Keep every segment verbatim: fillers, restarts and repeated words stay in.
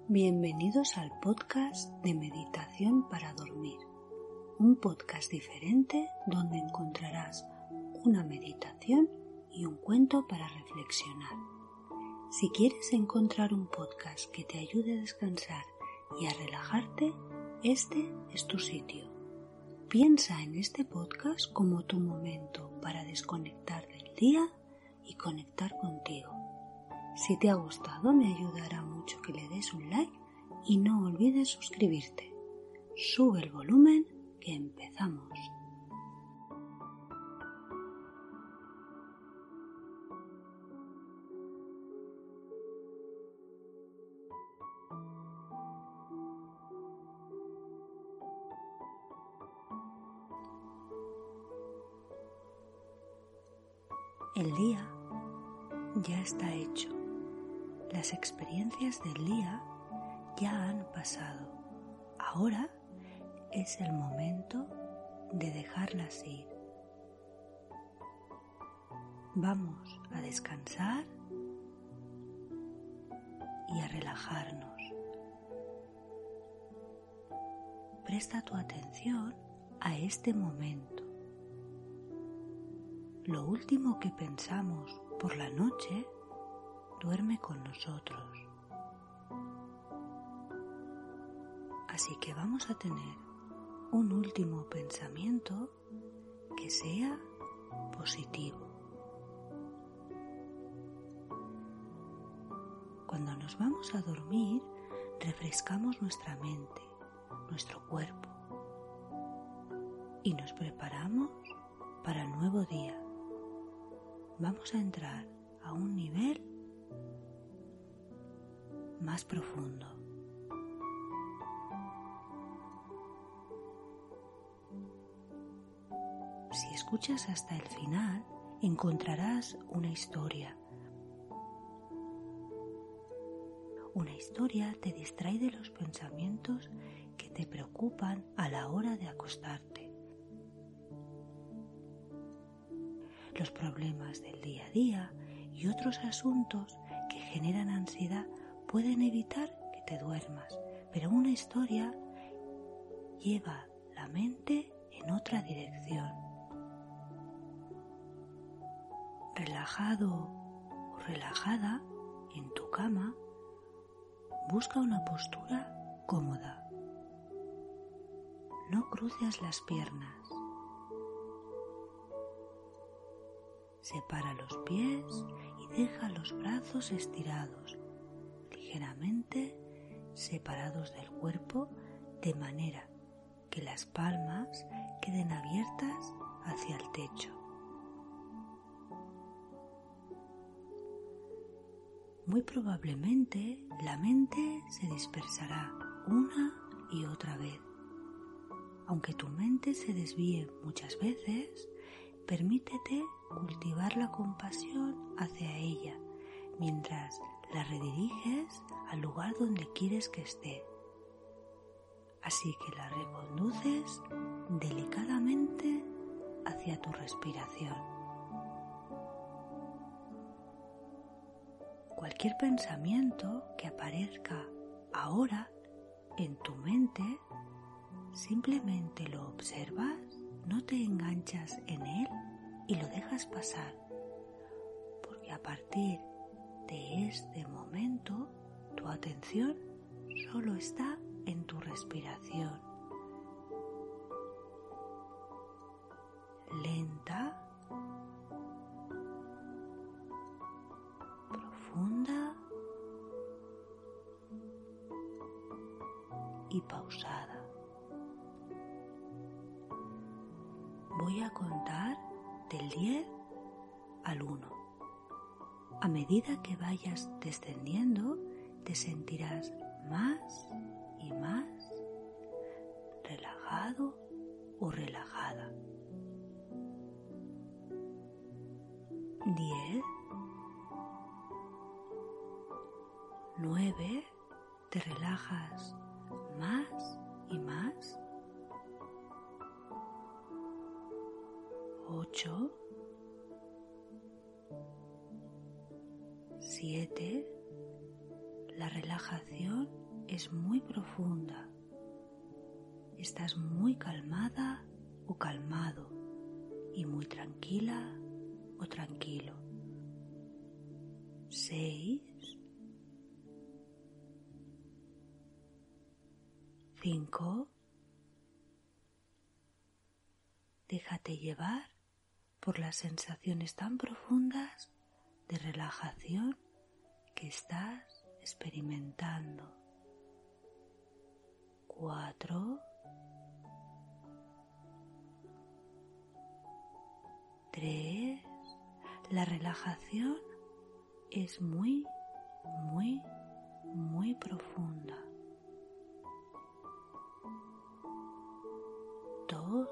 Bienvenidos al podcast de Meditación para Dormir, un podcast diferente donde encontrarás una meditación y un cuento para reflexionar. Si quieres encontrar un podcast que te ayude a descansar y a relajarte, este es tu sitio. Piensa en este podcast como tu momento para desconectar del día y conectar contigo. Si te ha gustado, me ayudará mucho que le des un like y no olvides suscribirte. Sube el volumen que empezamos. El día ya está hecho. Las experiencias del día ya han pasado. Ahora es el momento de dejarlas ir. Vamos a descansar y a relajarnos. Presta tu atención a este momento. Lo último que pensamos por la noche duerme con nosotros. Así que vamos a tener un último pensamiento que sea positivo. Cuando nos vamos a dormir, refrescamos nuestra mente, nuestro cuerpo y nos preparamos para el nuevo día. Vamos a entrar a un nivel más profundo. Si escuchas hasta el final, encontrarás una historia. Una historia te distrae de los pensamientos que te preocupan a la hora de acostarte. Los problemas del día a día y otros asuntos que generan ansiedad pueden evitar que te duermas, pero una historia lleva la mente en otra dirección. Relajado o relajada en tu cama, busca una postura cómoda. No cruces las piernas. Separa los pies y deja los brazos estirados, ligeramente separados del cuerpo, de manera que las palmas queden abiertas hacia el techo. Muy probablemente la mente se dispersará una y otra vez. Aunque tu mente se desvíe muchas veces, permítete cultivar la compasión hacia ella mientras la rediriges al lugar donde quieres que esté. Así que la reconduces delicadamente hacia tu respiración. Cualquier pensamiento que aparezca ahora en tu mente, simplemente lo observas, no te enganchas en él y lo dejas pasar, porque a partir de este momento tu atención solo está en tu respiración. Lenta, profunda y pausada. Voy a contar del diez al uno. A medida que vayas descendiendo, te sentirás más y más relajado o relajada. diez, nueve, te relajas más y más. ocho, siete, la relajación es muy profunda. Estás muy calmada o calmado y muy tranquila o tranquilo. Seis, cinco. Déjate llevar por las sensaciones tan profundas de relajación que estás experimentando. Cuatro, tres. La relajación es muy, muy, muy profunda. Dos,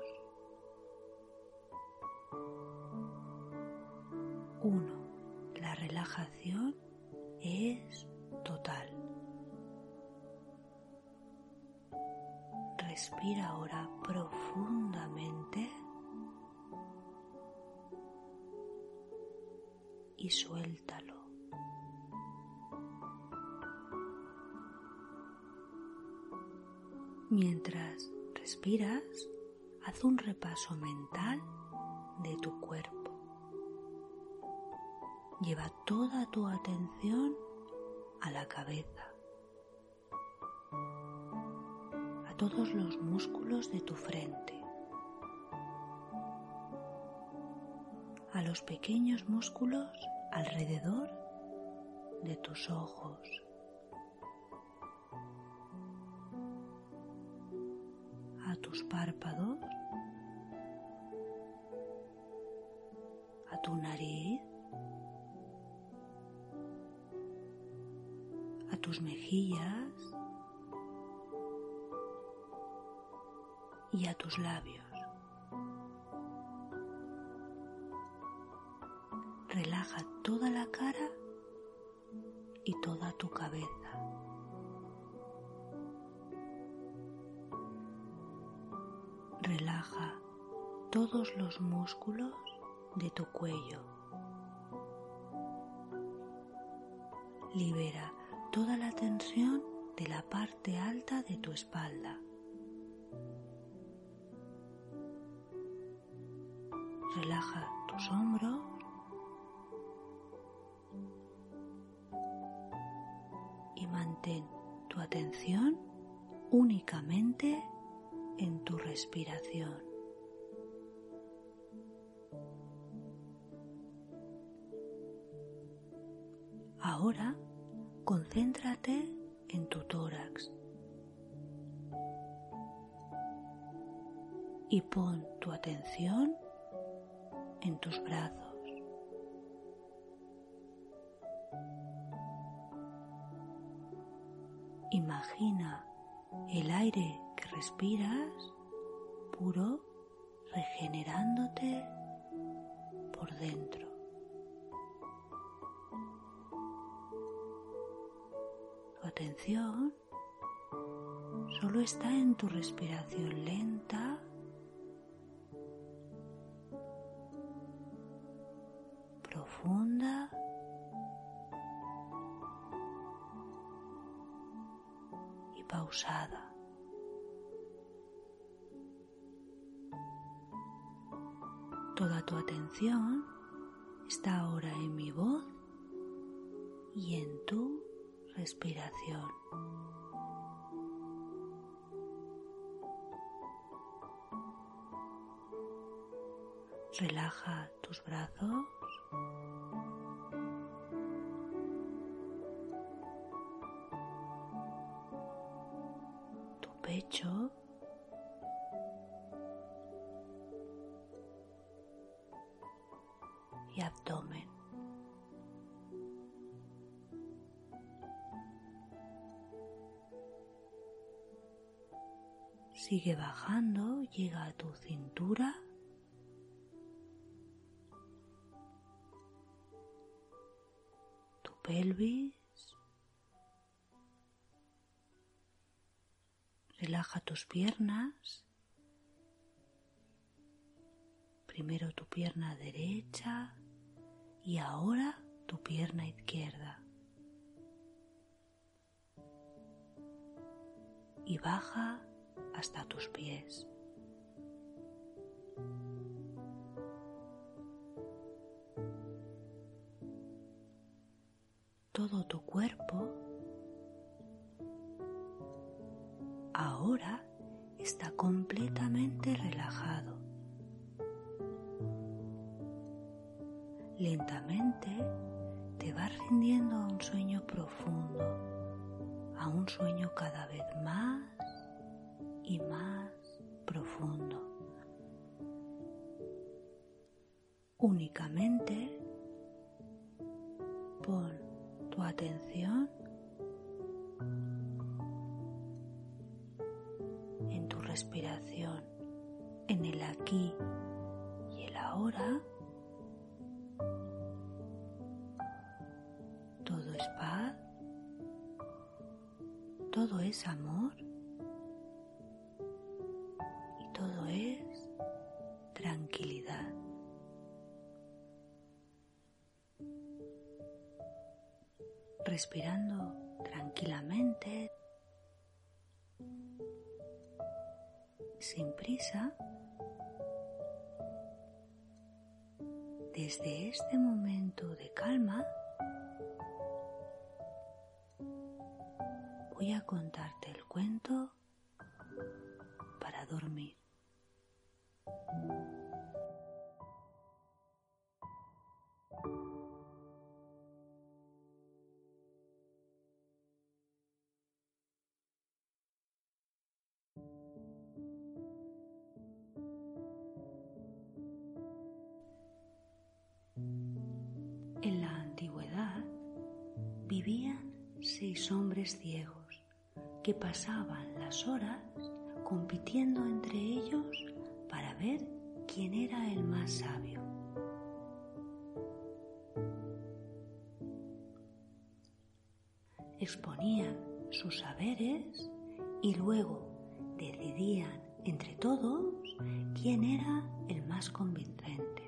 uno. La relajación es total. Respira ahora profundamente y suéltalo. Mientras respiras, haz un repaso mental de tu cuerpo. Lleva toda tu atención a la cabeza, a todos los músculos de tu frente, a los pequeños músculos alrededor de tus ojos, a tus párpados, a tu nariz, a tus mejillas y a tus labios. Relaja toda la cara y toda tu cabeza. Relaja todos los músculos de tu cuello. Libera toda la tensión de la parte alta de tu espalda. Relaja tus hombros y mantén tu atención únicamente en tu respiración. Ahora concéntrate en tu tórax y pon tu atención en tus brazos. Imagina el aire que respiras puro regenerándote por dentro. Tu atención solo está en tu respiración lenta, profunda y pausada. Toda tu atención está ahora en mi voz y en tu respiración. Relaja tus brazos, tu pecho, y abdomen. Sigue bajando, llega a tu cintura, tu pelvis, relaja tus piernas, primero tu pierna derecha y ahora tu pierna izquierda. y baja hasta tus pies. Todo tu cuerpo ahora está completamente relajado. Lentamente te vas rindiendo a un sueño profundo, a un sueño cada vez más y más profundo. Únicamente pon tu atención en tu respiración, en el aquí y el ahora. Todo es paz, todo es amor y todo es tranquilidad. Respirando tranquilamente, sin prisa, desde este momento de calma, voy a contarte el cuento para dormir. En la antigüedad vivían seis hombres ciegos que pasaban las horas compitiendo entre ellos para ver quién era el más sabio. Exponían sus saberes y luego decidían entre todos quién era el más convincente.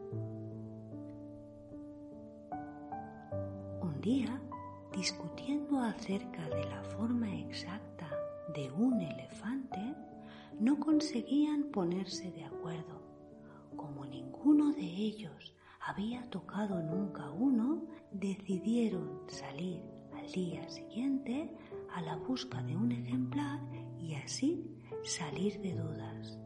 Un día, discutiendo acerca de la forma exacta de un elefante, no conseguían ponerse de acuerdo. Como ninguno de ellos había tocado nunca uno, decidieron salir al día siguiente a la busca de un ejemplar y así salir de dudas.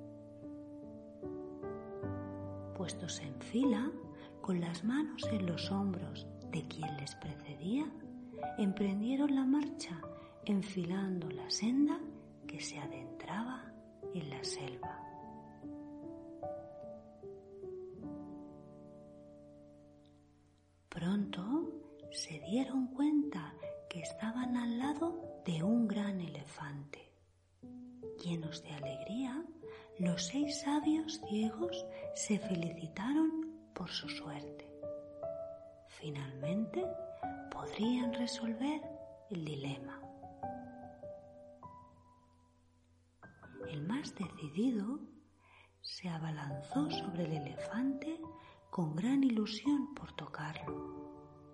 Puestos en fila, con las manos en los hombros de quien les precedía, emprendieron la marcha enfilando la senda que se adentraba en la selva. Pronto se dieron cuenta que estaban al lado de un gran elefante. Llenos de alegría, los seis sabios ciegos se felicitaron por su suerte. Finalmente podrían resolver el dilema. El más decidido se abalanzó sobre el elefante con gran ilusión por tocarlo.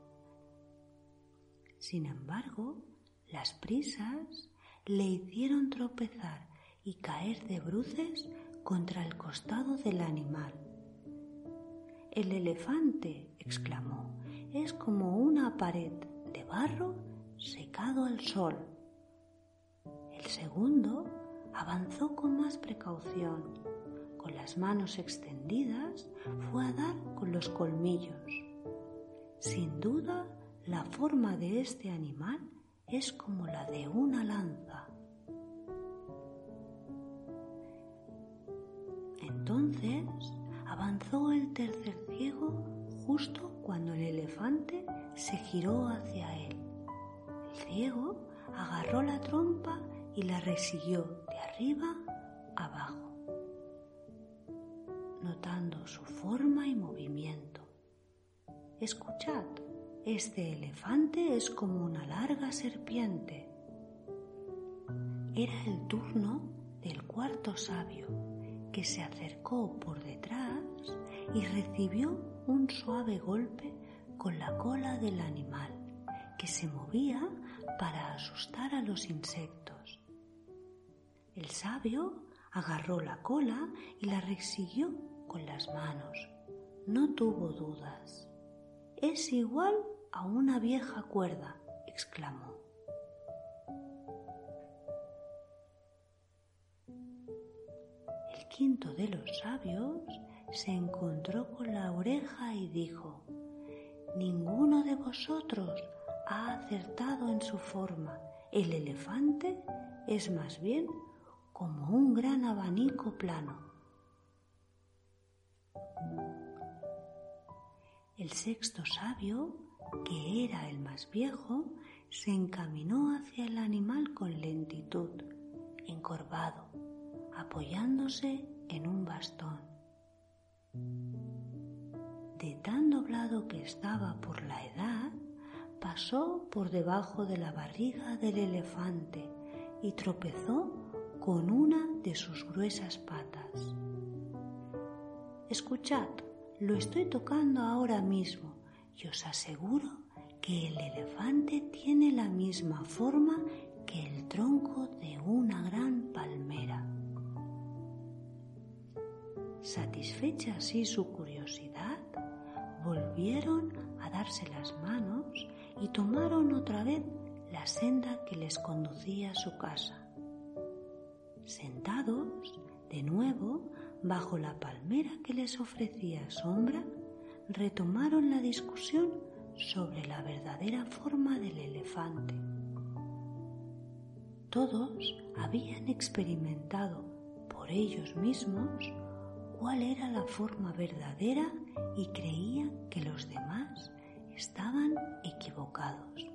Sin embargo, las prisas le hicieron tropezar y caer de bruces contra el costado del animal. El elefante, exclamó, es como una pared de barro secado al sol. El segundo avanzó con más precaución. Con las manos extendidas fue a dar con los colmillos. Sin duda, la forma de este animal es como la de una lanza. Entonces avanzó el tercer ciego justo cuando el elefante se giró hacia él. El ciego agarró la trompa y la resiguió de arriba abajo, notando su forma y movimiento. Escuchad, este elefante es como una larga serpiente. Era el turno del cuarto sabio, que se acercó por detrás y recibió un suave golpe con la cola del animal, que se movía para asustar a los insectos. El sabio agarró la cola y la resiguió con las manos. No tuvo dudas. «Es igual a una vieja cuerda», exclamó. El quinto de los sabios se encontró con la oreja y dijo: «Ninguno de vosotros ha acertado en su forma. El elefante es más bien como un gran abanico plano». El sexto sabio, que era el más viejo, se encaminó hacia el animal con lentitud, encorvado, apoyándose en un bastón. De tan doblado que estaba por la edad, pasó por debajo de la barriga del elefante y tropezó con una de sus gruesas patas. «Escuchad, lo estoy tocando ahora mismo y os aseguro que el elefante tiene la misma forma que el tronco de una gran palmera». Satisfecha así su curiosidad, volvieron a darse las manos y tomaron otra vez la senda que les conducía a su casa. Sentados, de nuevo, bajo la palmera que les ofrecía sombra, retomaron la discusión sobre la verdadera forma del elefante. Todos habían experimentado por ellos mismos cuál era la forma verdadera y creían que los demás estaban equivocados.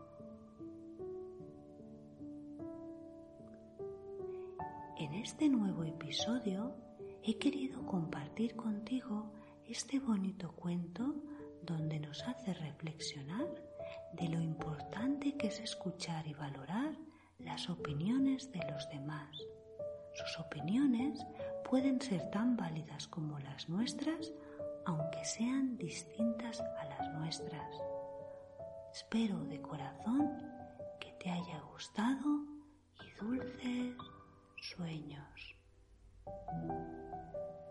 En este nuevo episodio he querido compartir contigo este bonito cuento donde nos hace reflexionar de lo importante que es escuchar y valorar las opiniones de los demás. Sus opiniones pueden ser tan válidas como las nuestras, aunque sean distintas a las nuestras. Espero de corazón que te haya gustado y dulces sueños.